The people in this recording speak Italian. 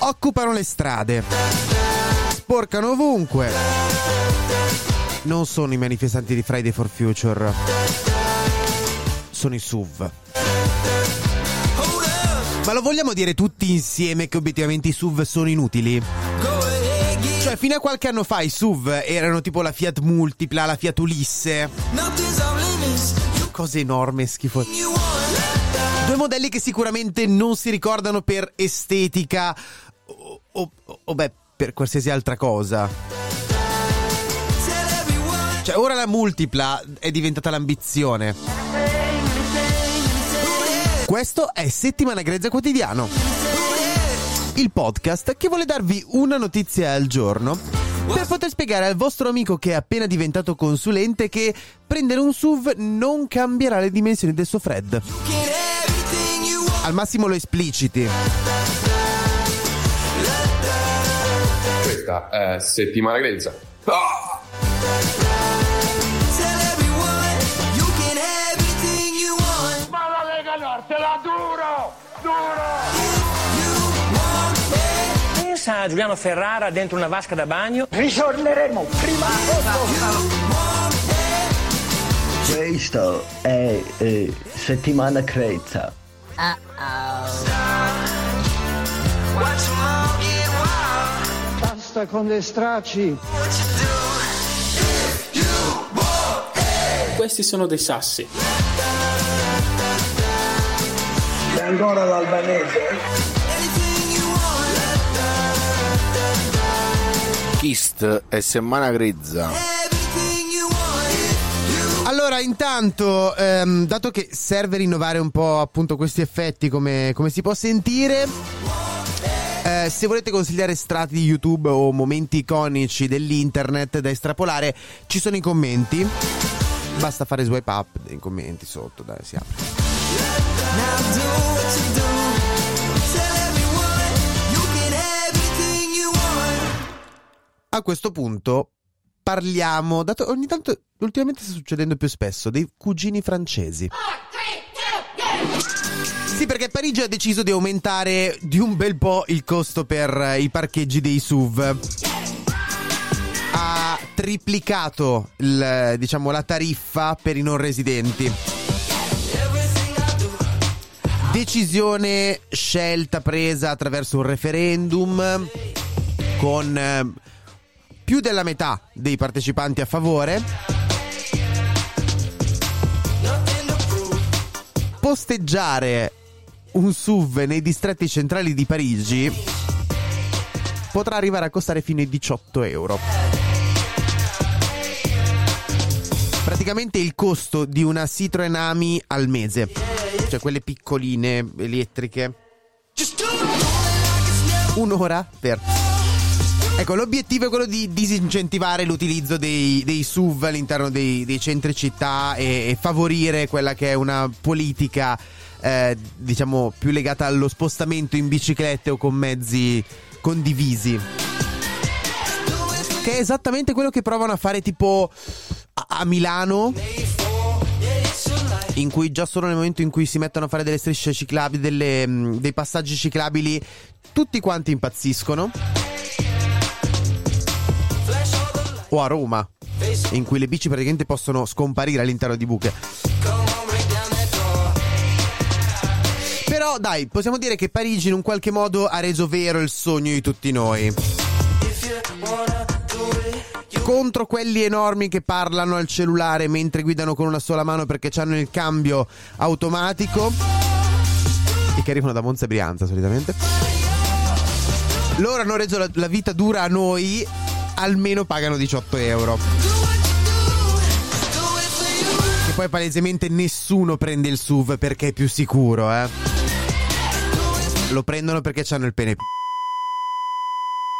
occupano le strade, sporcano ovunque. Non sono i manifestanti di Friday for Future, sono i SUV. Ma lo vogliamo dire tutti insieme che obiettivamente i SUV sono inutili? Cioè, fino a qualche anno fa i SUV erano tipo la Fiat Multipla, la Fiat Ulisse, cose enormi e schifose. Due modelli che sicuramente non si ricordano per estetica o beh, per qualsiasi altra cosa. Cioè, ora la Multipla è diventata l'ambizione. Questo è Settimana Grezza Quotidiano, il podcast che vuole darvi una notizia al giorno per poter spiegare al vostro amico che è appena diventato consulente che prendere un SUV non cambierà le dimensioni del suo Fred. Al massimo lo espliciti. Questa è Settimana Grezza. Ma la Lega Nord te la duro! Pensa a Giuliano Ferrara dentro una vasca da bagno. Ritorneremo prima Questo è Settimana Grezza. Basta con le stracci. Questi sono dei sassi. E ancora l'albanese? Kist e Settimana Grezza. Allora, intanto, dato che serve rinnovare un po' appunto questi effetti, come si può sentire, se volete consigliare estratti di YouTube o momenti iconici dell'internet da estrapolare, ci sono i commenti. Basta fare swipe up nei commenti sotto, dai, si apre. A questo punto parliamo, dato ogni tanto ultimamente sta succedendo più spesso, dei cugini francesi. Sì, perché Parigi ha deciso di aumentare di un bel po' il costo per i parcheggi dei SUV. Ha triplicato la tariffa per i non residenti. Decisione scelta presa attraverso un referendum con più della metà dei partecipanti a favore. Posteggiare un SUV nei distretti centrali di Parigi potrà arrivare a costare fino ai 18 euro. Praticamente il costo di una Citroen Ami al mese, cioè quelle piccoline elettriche. Un'ora per... Ecco, l'obiettivo è quello di disincentivare l'utilizzo dei SUV all'interno dei centri città e favorire quella che è una politica diciamo più legata allo spostamento in biciclette o con mezzi condivisi, che è esattamente quello che provano a fare tipo a Milano, in cui già solo nel momento in cui si mettono a fare delle strisce ciclabili, dei passaggi ciclabili, tutti quanti impazziscono. O a Roma, in cui le bici praticamente possono scomparire all'interno di buche. Però dai, possiamo dire che Parigi in un qualche modo ha reso vero il sogno di tutti noi. Contro quelli enormi che parlano al cellulare mentre guidano con una sola mano perché hanno il cambio automatico e che arrivano da Monza e Brianza solitamente. Loro hanno reso la vita dura a noi, almeno pagano 18 euro. E poi palesemente nessuno prende il SUV perché è più sicuro, Lo prendono perché hanno il pene